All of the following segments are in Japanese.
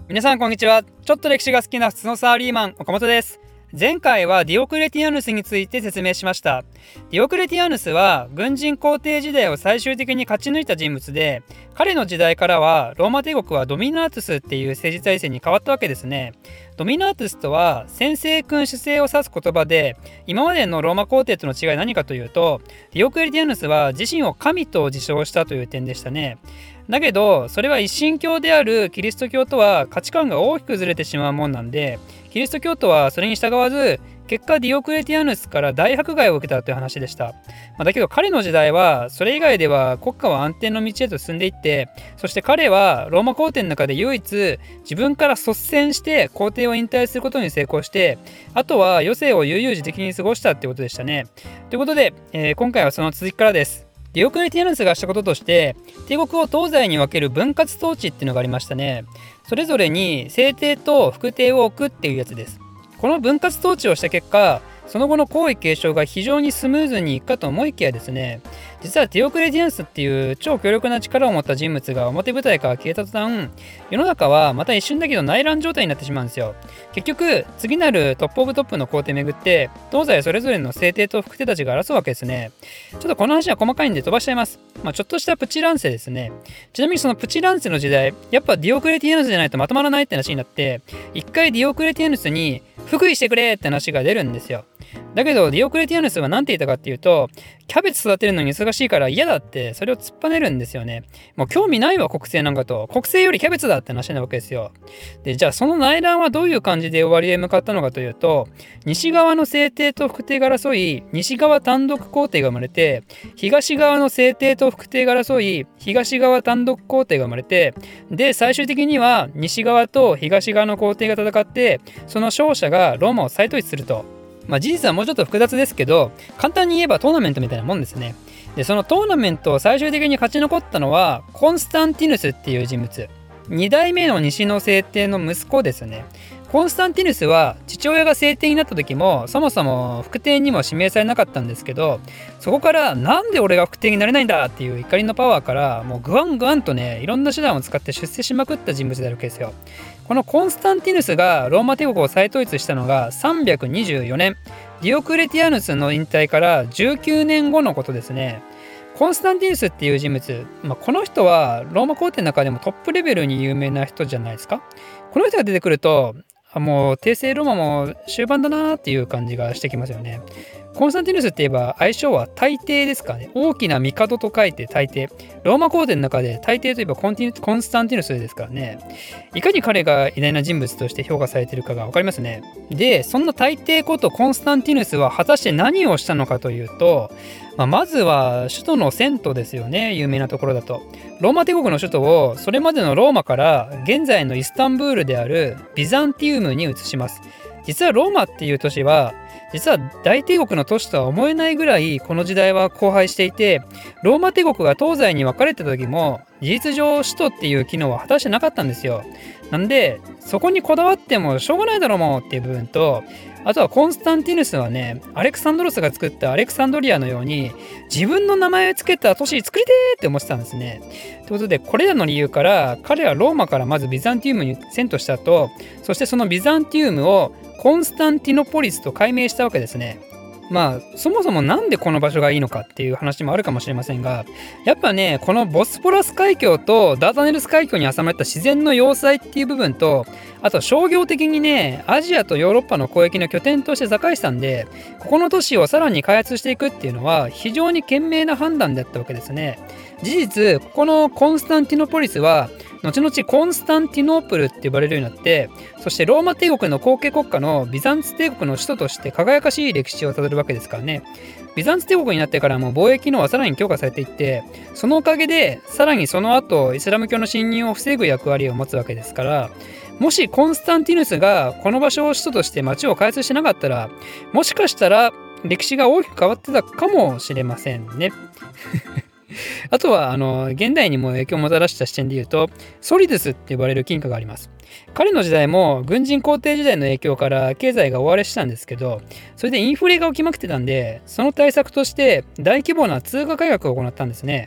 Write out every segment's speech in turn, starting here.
皆さんこんにちは。ちょっと歴史が好きな普通のサラリーマン岡本です。前回はディオクレティアヌスについて説明しました。ディオクレティアヌスは軍人皇帝時代を最終的に勝ち抜いた人物で、彼の時代からはローマ帝国はドミナートゥスっていう政治体制に変わったわけですね。ドミナートゥスとは先制君主制を指す言葉で、今までのローマ皇帝との違いは何かというと、ディオクレティアヌスは自身を神と自称したという点でしたね。だけどそれは一神教であるキリスト教とは価値観が大きくずれてしまうもんなんで、キリスト教徒はそれに従わず、結果ディオクレティアヌスから大迫害を受けたという話でした。だけど彼の時代はそれ以外では国家は安定の道へと進んでいって、そして彼はローマ皇帝の中で唯一自分から率先して皇帝を引退することに成功して、あとは余生を悠々自適に過ごしたってことでしたね。ということで、今回はその続きからです。ディオクレティアヌスがしたこととして、帝国を東西に分ける分割統治っていうのがありましたね。それぞれに正帝と副帝を置くっていうやつです。この分割統治をした結果、その後の皇位継承が非常にスムーズにいくかと思いきやですね、実はディオクレティアヌスっていう超強力な力を持った人物が表舞台から消えた途端、世の中はまた一瞬だけど内乱状態になってしまうんですよ。結局次なるトップオブトップの皇帝をめぐって東西それぞれの正帝と副帝たちが争うわけですね。ちょっとこの話は細かいんで飛ばしちゃいます。ちょっとしたプチ乱世ですね。ちなみにそのプチ乱世の時代、やっぱディオクレティアヌスじゃないとまとまらないって話になって、一回ディオクレティアヌスに復位してくれって話が出るんですよ。だけどディオクレティアヌスは何て言ったかっていうと、キャベツ育てるのに忙しいから嫌だってそれを突っぱねるんですよね。もう興味ないわ国政なんかと、国政よりキャベツだって話なわけですよ。でじゃあその内乱はどういう感じで終わりへ向かったのかというと、西側の正帝と副帝が争い西側単独皇帝が生まれて、東側の正帝と副帝が争い東側単独皇帝が生まれて、で最終的には西側と東側の皇帝が戦って、その勝者がローマを再統一すると。事実はもうちょっと複雑ですけど、簡単に言えばトーナメントみたいなもんですね。でそのトーナメントを最終的に勝ち残ったのはコンスタンティヌスっていう人物、2代目の西の聖帝の息子ですね。コンスタンティヌスは父親が聖帝になった時もそもそも副帝にも指名されなかったんですけど、そこからなんで俺が副帝になれないんだっていう怒りのパワーから、もうグワングワンとね、いろんな手段を使って出世しまくった人物であるわけですよ。このコンスタンティヌスがローマ帝国を再統一したのが324年、ディオクレティアヌスの引退から19年後のことですね。コンスタンティヌスっていう人物、この人はローマ皇帝の中でもトップレベルに有名な人じゃないですか。この人が出てくると、もう帝政ローマも終盤だなーっていう感じがしてきますよね。コンスタンティヌスって言えば愛称は大帝ですかね。大きな帝と書いて大帝。ローマ皇帝の中で大帝といえばコンスタンティヌスですからね。いかに彼が偉大な人物として評価されているかが分かりますね。でそんな大帝ことコンスタンティヌスは果たして何をしたのかというと、まずは首都のセントですよね。有名なところだとローマ帝国の首都をそれまでのローマから現在のイスタンブールであるビザンティウムに移します。実はローマっていう都市は実は大帝国の都市とは思えないぐらいこの時代は荒廃していて、ローマ帝国が東西に分かれた時も事実上首都っていう機能は果たしてなかったんですよ。なんでそこにこだわってもしょうがないだろうもんっていう部分と、あとはコンスタンティヌスはね、アレクサンドロスが作ったアレクサンドリアのように自分の名前を付けた都市作りてーって思ってたんですね。ということでこれらの理由から彼はローマからまずビザンティウムに遷都した後、そしてそのビザンティウムをコンスタンティノポリスと改名したわけですね。そもそもなんでこの場所がいいのかっていう話もあるかもしれませんが、やっぱね、このボスポラス海峡とダーダネルス海峡に挟まれた自然の要塞っていう部分と、あと商業的にね、アジアとヨーロッパの交易の拠点として栄えてたんで、ここの都市をさらに開発していくっていうのは非常に賢明な判断だったわけですね。事実ここのコンスタンティノポリスは後々コンスタンティノープルって呼ばれるようになって、そしてローマ帝国の後継国家のビザンツ帝国の首都として輝かしい歴史をたどるわけですからね。ビザンツ帝国になってからも貿易機能はさらに強化されていって、そのおかげでさらにその後イスラム教の侵入を防ぐ役割を持つわけですから、もしコンスタンティヌスがこの場所を首都として町を開発してなかったら、もしかしたら歴史が大きく変わってたかもしれませんね。あとは現代にも影響をもたらした視点で言うと、ソリドゥスって呼ばれる金貨があります。彼の時代も軍人皇帝時代の影響から経済が大荒れしたんですけど、それでインフレが起きまくってたんで、その対策として大規模な通貨改革を行ったんですね。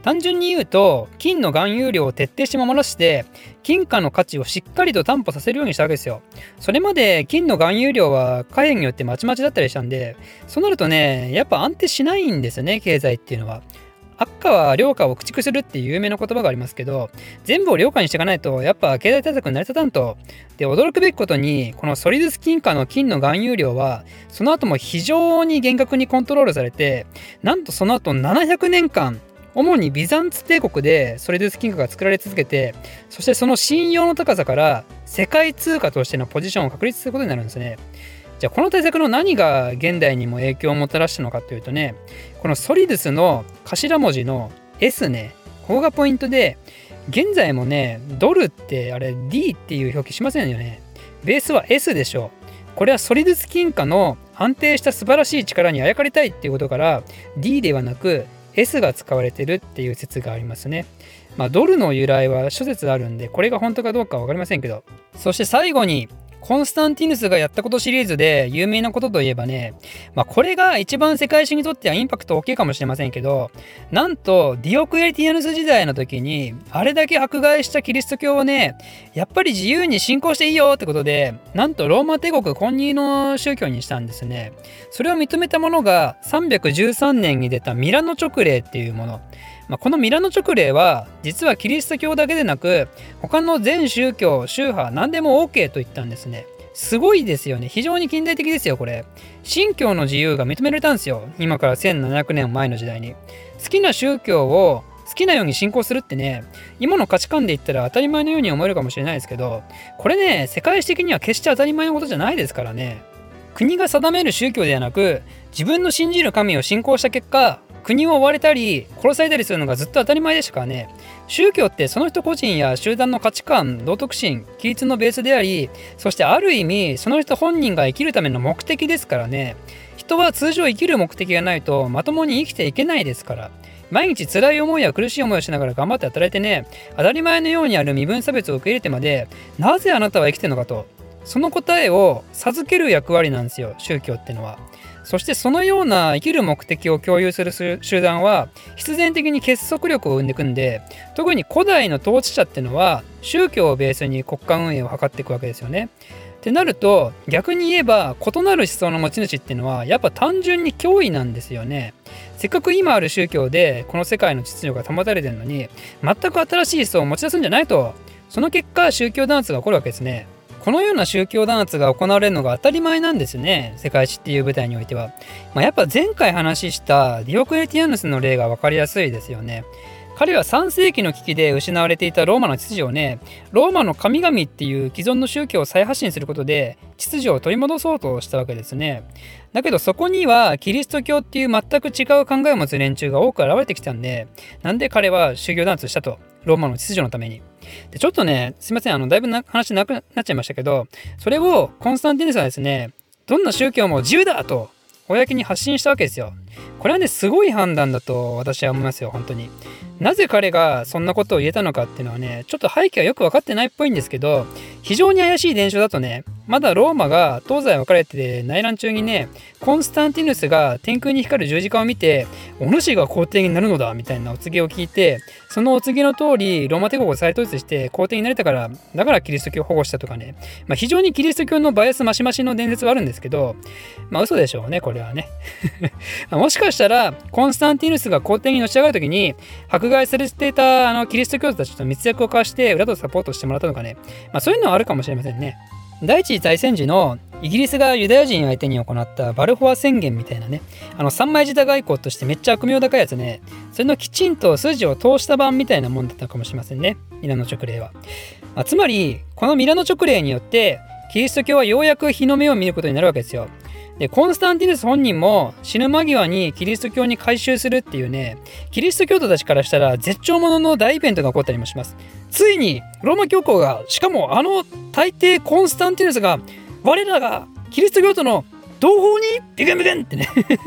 単純に言うと金の含有量を徹底して守らせて金貨の価値をしっかりと担保させるようにしたわけですよ。それまで金の含有量は貨幣によってまちまちだったりしたんで、そうなるとねやっぱ安定しないんですよね、経済っていうのは。悪貨は良貨を駆逐するっていう有名な言葉がありますけど、全部を良貨にしていかないとやっぱ経済対策に成り立たんと。で、驚くべきことにこのソリドゥス金貨の金の含有量はその後も非常に厳格にコントロールされて、なんとその後700年間主にビザンツ帝国でソリドゥス金貨が作られ続けて、そしてその信用の高さから世界通貨としてのポジションを確立することになるんですね。じゃあこの対策の何が現代にも影響をもたらしたのかというとね、このソリドゥスの頭文字の S ね、ここがポイントで、現在もねドルってあれ D っていう表記しませんよね。ベースは S でしょう。これはソリドゥス金貨の安定した素晴らしい力にあやかりたいっていうことから D ではなくS が使われてるっていう説がありますね。ドルの由来は諸説あるんで、これが本当かどうかは分かりませんけど。そして最後にコンスタンティヌスがやったことシリーズで有名なことといえばね、これが一番世界史にとってはインパクト大きいかもしれませんけど、なんとディオクレティアヌス時代の時にあれだけ迫害したキリスト教をねやっぱり自由に信仰していいよってことで、なんとローマ帝国混入の宗教にしたんですね。それを認めたものが313年に出たミラノ勅令っていうもの。このミラノ勅令は実はキリスト教だけでなく他の全宗教宗派何でも OK と言ったんですね。すごいですよね。非常に近代的ですよ。これ信教の自由が認められたんですよ。今から1700年前の時代に好きな宗教を好きなように信仰するってね、今の価値観で言ったら当たり前のように思えるかもしれないですけど、これね世界史的には決して当たり前のことじゃないですからね。国が定める宗教ではなく自分の信じる神を信仰した結果国を追われたり殺されたりするのがずっと当たり前でしたからね。宗教ってその人個人や集団の価値観、道徳心、規律のベースであり、そしてある意味その人本人が生きるための目的ですからね。人は通常生きる目的がないとまともに生きていけないですから。毎日辛い思いや苦しい思いをしながら頑張って働いてね、当たり前のようにある身分差別を受け入れてまで、なぜあなたは生きてるのかと、その答えを授ける役割なんですよ、宗教ってのは。そしてそのような生きる目的を共有する集団は必然的に結束力を生んでいくんで、特に古代の統治者ってのは宗教をベースに国家運営を図っていくわけですよね。ってなると逆に言えば異なる思想の持ち主っていうのはやっぱ単純に脅威なんですよね。せっかく今ある宗教でこの世界の秩序が保たれてるのに全く新しい思想を持ち出すんじゃないと。その結果宗教弾圧が起こるわけですね。このような宗教弾圧が行われるのが当たり前なんですね、世界史っていう舞台においては。やっぱ前回話したディオクレティアヌスの例が分かりやすいですよね。彼は3世紀の危機で失われていたローマの秩序をね、ローマの神々っていう既存の宗教を再発信することで秩序を取り戻そうとしたわけですね。だけどそこにはキリスト教っていう全く違う考えを持つ連中が多く現れてきたんで、なんで彼は宗教弾圧したと、ローマの秩序のために。でちょっとねすいません、だいぶ話なくなっちゃいましたけど、それをコンスタンティヌスはですね、どんな宗教も自由だと公に発信したわけですよ。これはねすごい判断だと私は思いますよ、本当に。なぜ彼がそんなことを言えたのかっていうのはね、ちょっと背景はよく分かってないっぽいんですけど、非常に怪しい伝承だとね、まだローマが東西分かれて内乱中にね、コンスタンティヌスが天空に光る十字架を見て、お主が皇帝になるのだみたいなお告げを聞いて、そのお告げの通りローマ帝国を再統一して皇帝になれたから、だからキリスト教を保護したとかね、非常にキリスト教のバイアスマシマシの伝説はあるんですけど、嘘でしょうね、これはね。もしかしたらコンスタンティヌスが皇帝にのし上がるときに迫害されていたキリスト教徒たちと密約を交わして裏とサポートしてもらったとかね、そういうのはあるかもしれませんね。第一次大戦時のイギリスがユダヤ人相手に行ったバルフォア宣言みたいなね、三枚舌外交としてめっちゃ悪名高いやつね、それのきちんと筋を通した版みたいなもんだったかもしれませんね、ミラノ勅令は。つまりこのミラノ勅令によってキリスト教はようやく日の目を見ることになるわけですよ。でコンスタンティヌス本人も死ぬ間際にキリスト教に改宗するっていうね、キリスト教徒たちからしたら絶頂ものの大イベントが起こったりもします。ついにローマ教皇が、しかも大帝コンスタンティヌスが我らがキリスト教徒の同胞にビクンビクンってね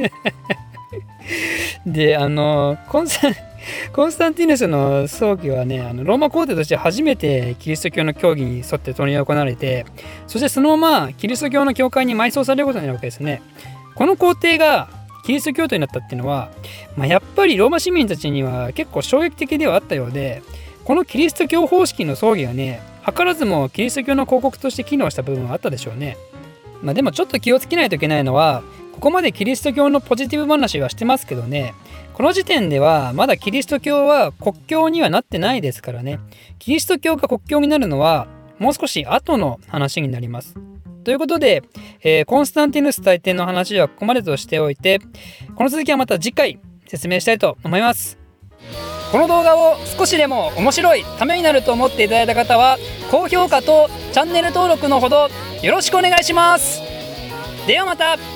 でコンスタンティヌスの葬儀はね、ローマ皇帝として初めてキリスト教の教義に沿って執り行われて、そしてそのままキリスト教の教会に埋葬されることになるわけですね。この皇帝がキリスト教徒になったっていうのは、やっぱりローマ市民たちには結構衝撃的ではあったようで、このキリスト教方式の葬儀がね、図らずもキリスト教の広告として機能した部分はあったでしょうね。でもちょっと気をつけないといけないのは、ここまでキリスト教のポジティブ話はしてますけどね、この時点ではまだキリスト教は国教にはなってないですからね。キリスト教が国教になるのはもう少し後の話になります。ということで、コンスタンティヌス大帝の話はここまでとしておいて、この続きはまた次回説明したいと思います。この動画を少しでも面白い、ためになると思っていただいた方は、高評価とチャンネル登録のほどよろしくお願いします。ではまた。